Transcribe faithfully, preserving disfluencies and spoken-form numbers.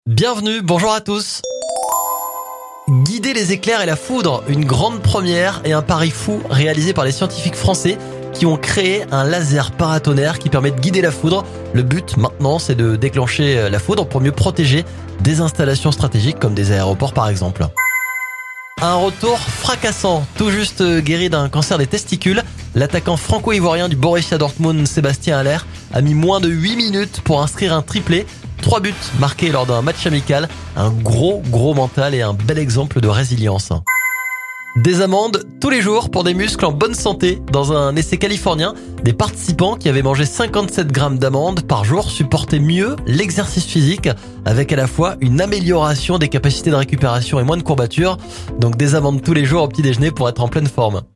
Bienvenue, bonjour à tous. Guider les éclairs et la foudre, une grande première et un pari fou réalisé par les scientifiques français qui ont créé un laser paratonnerre qui permet de guider la foudre. Le but maintenant, c'est de déclencher la foudre pour mieux protéger des installations stratégiques comme des aéroports par exemple. Un retour fracassant, tout juste guéri d'un cancer des testicules, l'attaquant franco-ivoirien du Borussia Dortmund, Sébastien Haller, a mis moins de huit minutes pour inscrire un triplé. Trois buts marqués lors d'un match amical, un gros gros mental et un bel exemple de résilience. Des amendes tous les jours pour des muscles en bonne santé. Dans un essai californien, des participants qui avaient mangé cinquante-sept grammes d'amandes par jour supportaient mieux l'exercice physique avec à la fois une amélioration des capacités de récupération et moins de courbatures. Donc des amendes tous les jours au petit déjeuner pour être en pleine forme.